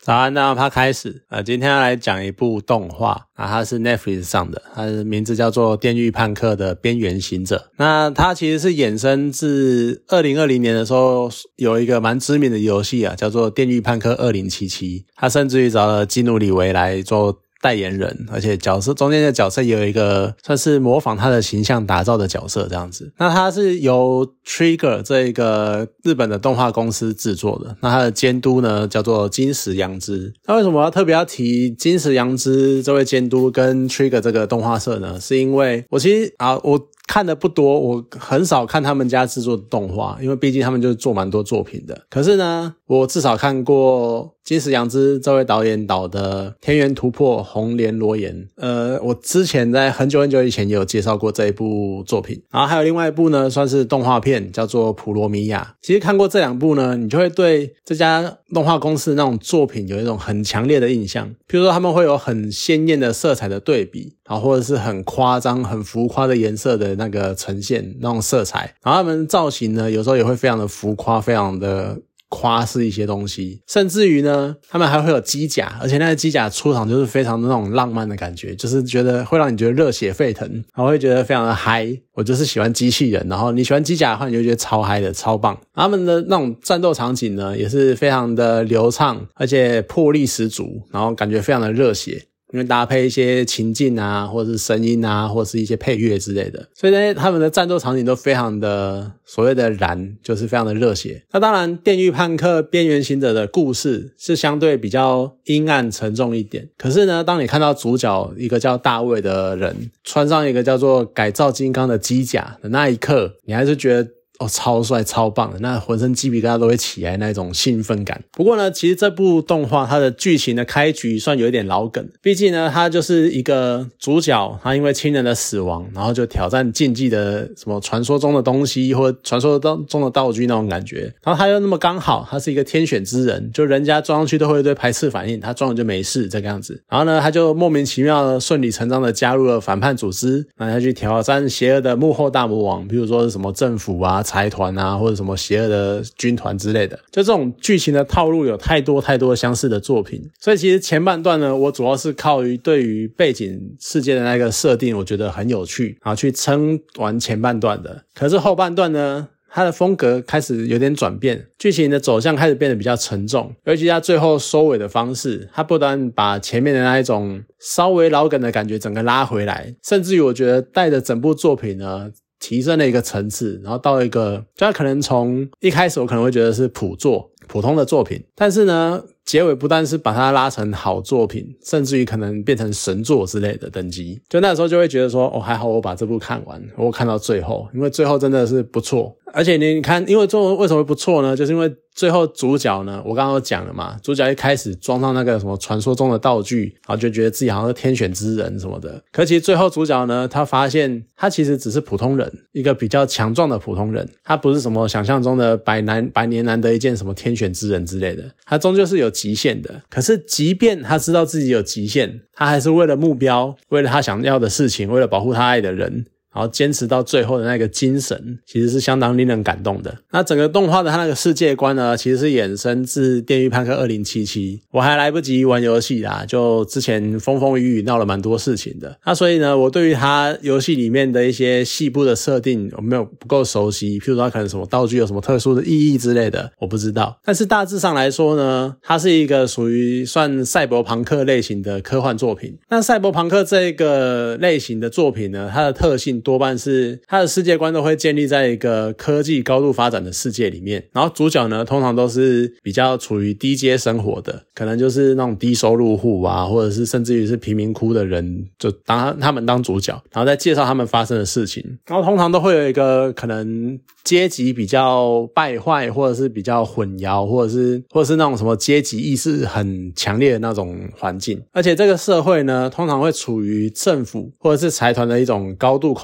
早安，大家开始。今天要来讲一部动画，它是 Netflix 上的，它的名字叫做《电狱判客的边缘行者》。那它其实是衍生自2020年的时候有一个蛮知名的游戏叫做《电狱判客2077》，它甚至于找了基努里维来做代言人，而且中间的角色也有一个算是模仿他的形象打造的角色这样子。那他是由 Trigger 这一个日本的动画公司制作的，那他的监督呢叫做金石阳之。那为什么特别要提金石阳之这位监督跟 Trigger 这个动画社呢？是因为我看的不多，我很少看他们家制作的动画，因为毕竟他们就是做蛮多作品的。可是呢，我至少看过金石阳之这位导演导的《天元突破：红莲罗颜》。我之前在很久很久以前也有介绍过这一部作品。然后还有另外一部呢，算是动画片，叫做《普罗米亚》。其实看过这两部呢，你就会对这家动画公司那种作品有一种很强烈的印象。譬如说他们会有很鲜艳的色彩的对比，然后或者是很夸张很浮夸的颜色的那个呈现，那种色彩，然后他们造型呢有时候也会非常的浮夸，非常的夸饰一些东西，甚至于呢他们还会有机甲，而且那个机甲出场就是非常的那种浪漫的感觉，就是觉得会让你觉得热血沸腾，然后会觉得非常的嗨。我就是喜欢机器人，然后你喜欢机甲的话你就觉得超嗨的，超棒。他们的那种战斗场景呢也是非常的流畅，而且魄力十足，然后感觉非常的热血，因为搭配一些情境或者是声音或者是一些配乐之类的，所以呢他们的战斗场景都非常的所谓的燃，就是非常的热血。那当然电狱判客边缘行者的故事是相对比较阴暗沉重一点，可是呢当你看到主角一个叫大卫的人穿上一个叫做改造金刚的机甲的那一刻，你还是觉得超帅超棒的，那浑身鸡皮疙瘩都会起来那种兴奋感。不过呢其实这部动画它的剧情的开局算有一点老梗，毕竟呢它就是一个主角他因为亲人的死亡，然后就挑战禁忌的什么传说中的东西或传说中的道具那种感觉，然后他又那么刚好他是一个天选之人，就人家装上去都会有一堆排斥反应，他装了就没事这个样子。然后呢他就莫名其妙的顺理成章的加入了反叛组织，然后他去挑战邪恶的幕后大魔王，比如说是什么政府财团或者什么邪恶的军团之类的。就这种剧情的套路有太多相似的作品，所以其实前半段呢我主要是靠于对于背景世界的那个设定我觉得很有趣，然后去撑完前半段的。可是后半段呢它的风格开始有点转变，剧情的走向开始变得比较沉重，尤其它最后收尾的方式，它不但把前面的那一种稍微老梗的感觉整个拉回来，甚至于我觉得带着整部作品呢提升了一个层次，然后到一个就它可能从一开始我可能会觉得是普通的作品，但是呢结尾不但是把它拉成好作品，甚至于可能变成神作之类的等级。就那时候就会觉得说还好我把这部看完，我看到最后，因为最后真的是不错。而且你看因为最后为什么会不错呢，就是因为最后主角呢我刚刚有讲了嘛，主角一开始装上那个什么传说中的道具，然后就觉得自己好像是天选之人什么的，可其实最后主角呢他发现他其实只是普通人，一个比较强壮的普通人，他不是什么想象中的百年难得一见什么天选之人之类的，他终究是有极限的。可是即便他知道自己有极限，他还是为了目标，为了他想要的事情，为了保护他爱的人，然后坚持到最后的那个精神其实是相当令人感动的。那整个动画的它那个世界观呢其实是衍生自电狱判客2077，我还来不及玩游戏啦，就之前风风雨雨闹了蛮多事情的，那所以呢我对于它游戏里面的一些细部的设定我没有不够熟悉，譬如说它可能什么道具有什么特殊的意义之类的我不知道，但是大致上来说呢它是一个属于算赛博朋克类型的科幻作品。那赛博朋克这个类型的作品呢，它的特性多半是它的世界观都会建立在一个科技高度发展的世界里面，然后主角呢通常都是比较处于低阶生活的，可能就是那种低收入户或者是甚至于是贫民窟的人，就他们当主角，然后再介绍他们发生的事情，然后通常都会有一个可能阶级比较败坏，或者是比较混淆，或者是那种什么阶级意识很强烈的那种环境。而且这个社会呢通常会处于政府或者是财团的一种高度控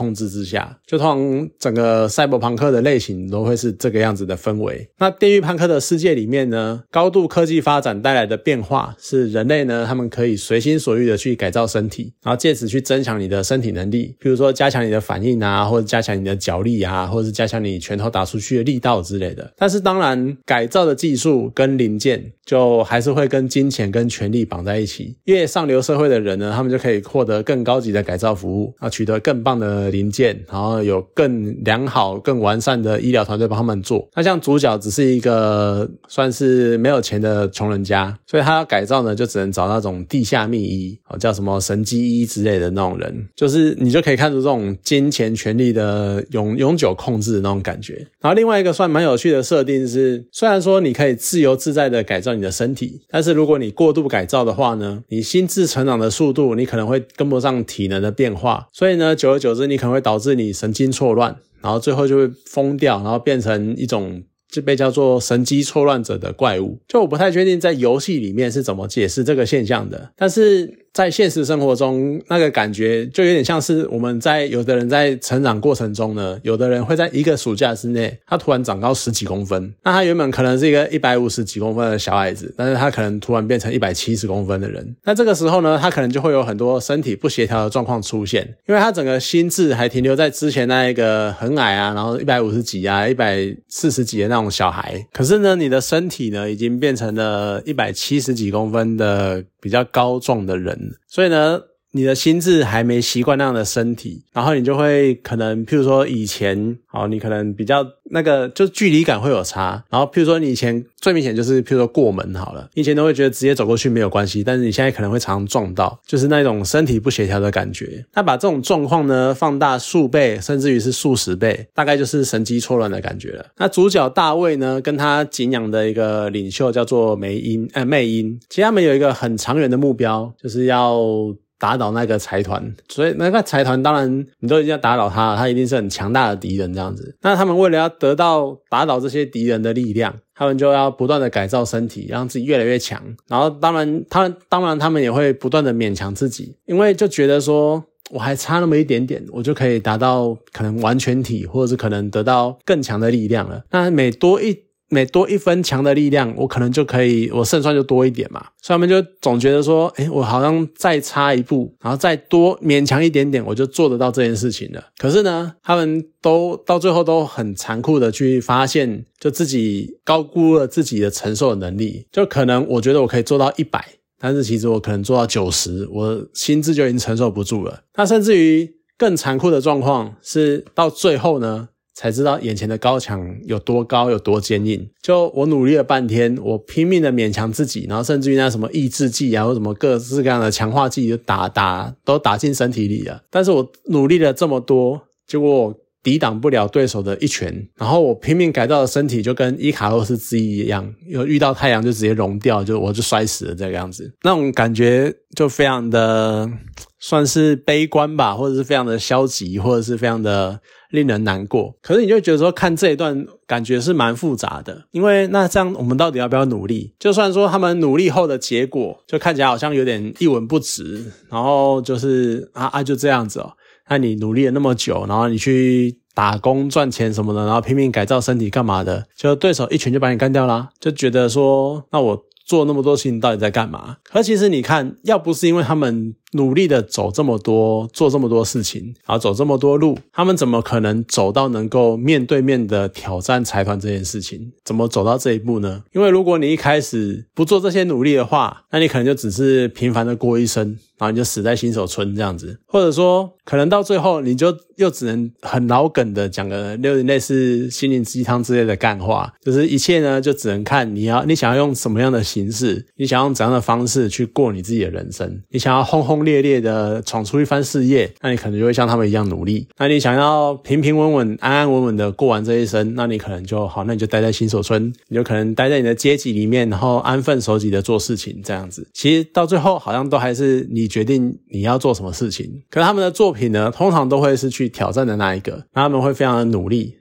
控制之下，就通常整个赛博朋克的类型都会是这个样子的氛围。那电狱判客的世界里面呢，高度科技发展带来的变化是人类呢，他们可以随心所欲的去改造身体，然后借此去增强你的身体能力，比如说加强你的反应啊，或者加强你的脚力啊，或者是加强你拳头打出去的力道之类的。但是当然改造的技术跟零件就还是会跟金钱跟权力绑在一起，越上流社会的人呢，他们就可以获得更高级的改造服务，取得更棒的零件，然后有更良好更完善的医疗团队帮他们做。那像主角只是一个算是没有钱的穷人家，所以他要改造呢就只能找那种地下秘医，叫什么神机医之类的那种人，就是你就可以看出这种金钱权力的永久控制的那种感觉。然后另外一个算蛮有趣的设定是，虽然说你可以自由自在的改造你的身体，但是如果你过度改造的话呢，你心智成长的速度你可能会跟不上体能的变化，所以呢久而久之你可能会导致你神经错乱，然后最后就会疯掉，然后变成一种就被叫做神机错乱者的怪物。就我不太确定在游戏里面是怎么解释这个现象的，但是在现实生活中那个感觉就有点像是我们有的人在成长过程中呢，有的人会在一个暑假之内他突然长高10几公分，那他原本可能是一个150几公分的小孩子，但是他可能突然变成170公分的人。那这个时候呢，他可能就会有很多身体不协调的状况出现，因为他整个心智还停留在之前那一个很矮啊，然后150几啊140几的那种小孩，可是呢你的身体呢已经变成了170几公分的比较高壮的人，所以呢你的心智还没习惯那样的身体，然后你就会可能譬如说以前你可能比较那个就距离感会有差，然后譬如说你以前最明显就是譬如说过门好了，以前都会觉得直接走过去没有关系，但是你现在可能会常常撞到，就是那种身体不协调的感觉。那把这种状况呢放大数倍甚至于是数十倍，大概就是神机错乱的感觉了。那主角大卫呢跟他敬仰的一个领袖叫做魅音，其实他们有一个很长远的目标，就是要打倒那个财团，所以那个财团当然你都已经要打倒他了，他一定是很强大的敌人这样子。那他们为了要得到打倒这些敌人的力量，他们就要不断的改造身体，让自己越来越强。然后当然他们也会不断的勉强自己，因为就觉得说我还差那么一点点，我就可以达到可能完全体，或者是可能得到更强的力量了。那每多一分强的力量，我可能就可以，我胜算就多一点嘛。所以他们就总觉得说，我好像再差一步，然后再多勉强一点点，我就做得到这件事情了。可是呢，他们都到最后都很残酷的去发现，就自己高估了自己的承受的能力。就可能我觉得我可以做到100，但是其实我可能做到90，我心智就已经承受不住了。那甚至于更残酷的状况是到最后呢，才知道眼前的高墙有多高有多坚硬。就我努力了半天，我拼命的勉强自己，然后甚至于那什么抑制剂啊或什么各式各样的强化剂都打进身体里了，但是我努力了这么多，结果我抵挡不了对手的一拳，然后我拼命改造的身体就跟伊卡洛斯之翼一样，有遇到太阳就直接融掉，我就摔死了这个样子。那种感觉就非常的算是悲观吧，或者是非常的消极，或者是非常的令人难过。可是你就觉得说看这一段感觉是蛮复杂的，因为那这样我们到底要不要努力？就算说他们努力后的结果就看起来好像有点一文不值，然后就是就这样子那你努力了那么久，然后你去打工赚钱什么的，然后拼命改造身体干嘛的，就对手一拳就把你干掉啦，就觉得说那我做那么多事情到底在干嘛？可其实你看，要不是因为他们努力的走这么多，做这么多事情，然后走这么多路，他们怎么可能走到能够面对面的挑战财团这件事情？怎么走到这一步呢？因为如果你一开始不做这些努力的话，那你可能就只是平凡的过一生，然后你就死在新手村这样子，或者说可能到最后你就又只能很老梗的讲个类似心灵鸡汤之类的干话，就是一切呢就只能看你想要用什么样的形式，你想要用怎样的方式去过你自己的人生。你想要轰轰烈烈的闯出一番事业，那你可能就会像他们一样努力。那你想要平平稳稳安安稳稳的过完这一生，那你可能就好，那你就待在新手村，你就可能待在你的阶级里面，然后安分守己的做事情这样子。其实到最后好像都还是你决定你要做什么事情。可是他们的作品呢，通常都会是去挑战的那一个，那他们会非常的努力，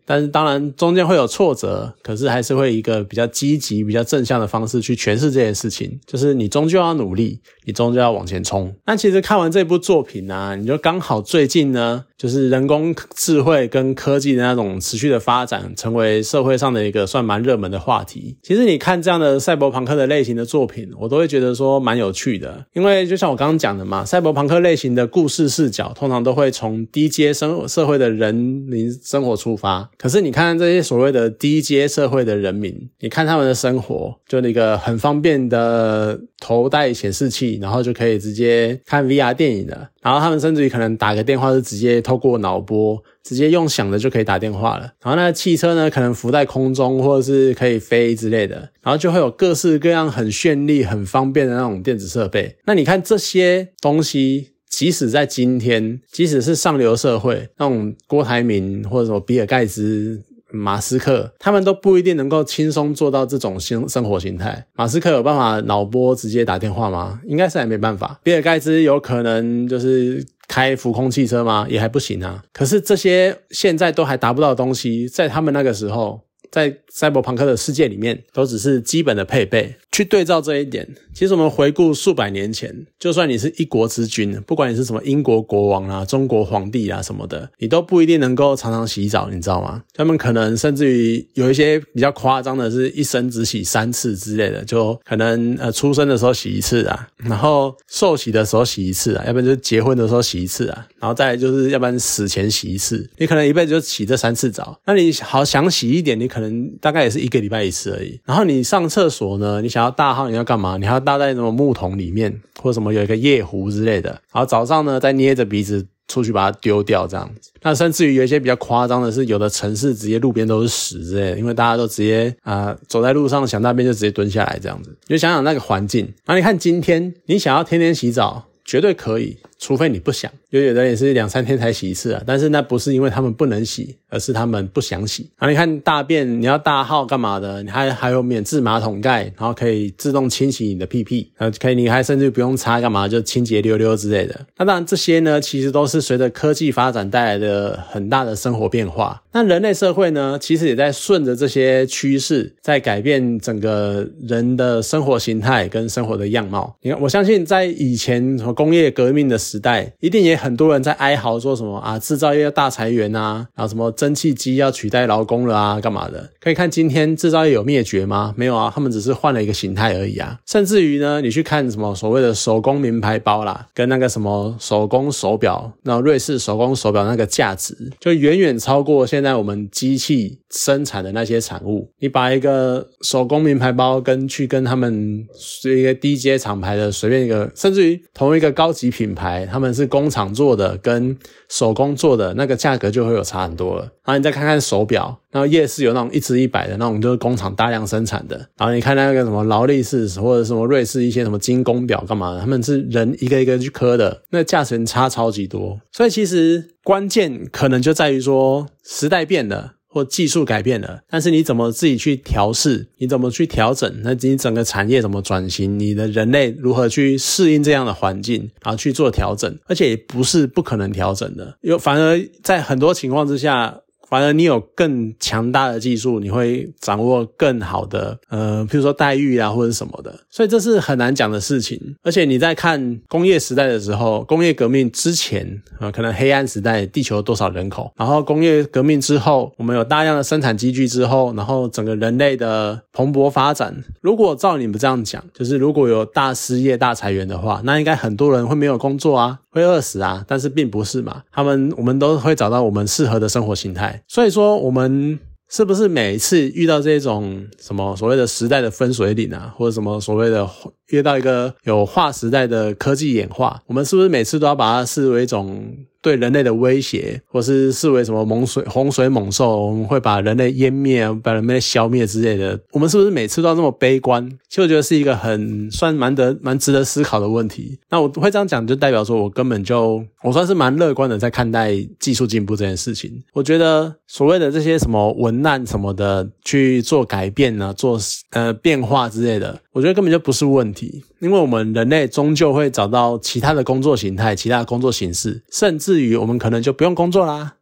但是当然中间会有挫折，可是还是会一个比较积极比较正向的方式去诠释这件事情，就是你终究要努力，你终究要往前冲。那其实看完这部作品啊，你就刚好最近呢，就是人工智慧跟科技的那种持续的发展，成为社会上的一个算蛮热门的话题。其实你看这样的赛博朋克的类型的作品，我都会觉得说蛮有趣的，因为就像我刚刚讲的嘛，赛博朋克类型的故事视角通常都会从低阶社会的人民生活出发，可是你看这些所谓的低阶社会的人民，你看他们的生活，就那个很方便的头戴显示器，然后就可以直接看 VR 电影了，然后他们甚至于可能打个电话是直接透过脑波直接用想的就可以打电话了，然后那汽车呢可能浮在空中或者是可以飞之类的，然后就会有各式各样很绚丽很方便的那种电子设备。那你看这些东西即使在今天，即使是上流社会，那种郭台铭或者什么比尔盖茨马斯克，他们都不一定能够轻松做到这种生活形态。马斯克有办法脑波直接打电话吗？应该是还没办法。比尔盖茨有可能就是开浮空汽车吗？也还不行啊。可是这些现在都还达不到的东西，在他们那个时候，在赛博朋克的世界里面都只是基本的配备。去对照这一点，其实我们回顾数百年前，就算你是一国之君，不管你是什么英国国王啊、中国皇帝啊什么的，你都不一定能够常常洗澡，你知道吗？他们可能甚至于有一些比较夸张的是一生只洗3次之类的，就可能出生的时候洗1次啊，然后受洗的时候洗1次啊，要不然就是结婚的时候洗1次啊，然后再来就是要不然死前洗1次，你可能一辈子就洗这3次澡。那你好想洗一点，你可能大概也是1个礼拜1次而已。然后你上厕所呢，你想要大号你要干嘛？你还要搭在什么木桶里面，或者什么有一个夜壶之类的，然后早上呢再捏着鼻子出去把它丢掉这样子。那甚至于有一些比较夸张的是，有的城市直接路边都是屎之类的，因为大家都直接走在路上想大便就直接蹲下来这样子。你就想想那个环境。然后你看今天你想要天天洗澡绝对可以，除非你不想，有的人也是2-3天才洗1次啊，但是那不是因为他们不能洗，而是他们不想洗。然后你看大便你要大号干嘛的，你还有免治马桶盖，然后可以自动清洗你的屁屁，可以你还甚至不用擦干嘛，就清洁溜溜之类的。那当然这些呢其实都是随着科技发展带来的很大的生活变化。那人类社会呢其实也在顺着这些趋势在改变整个人的生活形态跟生活的样貌。你看我相信在以前工业革命的时代，一定也很多人在哀嚎说什么制造业要大裁员啊，然后什么蒸汽机要取代劳工了啊干嘛的。可以看今天制造业有灭绝吗？没有啊，他们只是换了一个形态而已啊。甚至于呢你去看什么所谓的手工名牌包啦，跟那个什么手工手表，那种瑞士手工手表那个价值就远远超过现在我们机器生产的那些产物。你把一个手工名牌包去跟他们一个低阶厂牌的随便一个，甚至于同一个高级品牌，他们是工厂做的跟手工做的，那个价格就会有差很多了。然后你再看看手表，然后夜市有那种1支100的那种，就是工厂大量生产的。然后你看那个什么劳力士或者什么瑞士一些什么精工表干嘛的，他们是人一个一个去刻的，那价钱差超级多。所以其实关键可能就在于说时代变了或技术改变了，但是你怎么自己去调试，你怎么去调整，那你整个产业怎么转型，你的人类如何去适应这样的环境，然后去做调整。而且也不是不可能调整的，反而在很多情况之下，反而你有更强大的技术，你会掌握更好的譬如说待遇啊或者什么的。所以这是很难讲的事情。而且你在看工业时代的时候，工业革命之前可能黑暗时代地球有多少人口，然后工业革命之后我们有大量的生产机具之后，然后整个人类的蓬勃发展。如果照你们这样讲，就是如果有大失业大裁员的话，那应该很多人会没有工作啊，会饿死啊，但是并不是嘛，我们都会找到我们适合的生活形态。所以说我们是不是每一次遇到这种什么所谓的时代的分水岭啊，或者什么所谓的遇到一个有划时代的科技演化，我们是不是每次都要把它视为一种对人类的威胁，或是视为什么洪水猛兽，我们会把人类湮灭，把人类消灭之类的，我们是不是每次都要这么悲观？其实我觉得是一个蛮值得思考的问题。那我会这样讲就代表说我算是蛮乐观的在看待技术进步这件事情。我觉得所谓的这些什么文案什么的去做改变啊，做变化之类的，我觉得根本就不是问题。因为我们人类终究会找到其他的工作形态，其他的工作形式，甚至于我们可能就不用工作啦，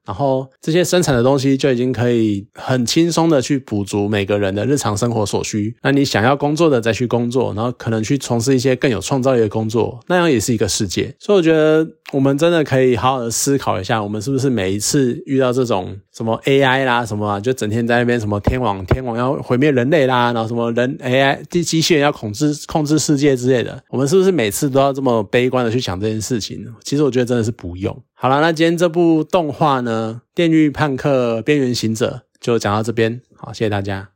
然后这些生产的东西就已经可以很轻松的去补足每个人的日常生活所需。那你想要工作的再去工作，然后可能去从事一些更有创造力的工作，那样也是一个世界。所以我觉得我们真的可以好好的思考一下，我们是不是每一次遇到这种什么 AI 啦什么啊，就整天在那边什么天网要毁灭人类啦，然后什么人 AI 机器人要控制世界之类的，我们是不是每次都要这么悲观的去想这件事情？其实我觉得真的是不用。好啦，那今天这部动画呢，《电狱判客：边缘行者》就讲到这边，好，谢谢大家。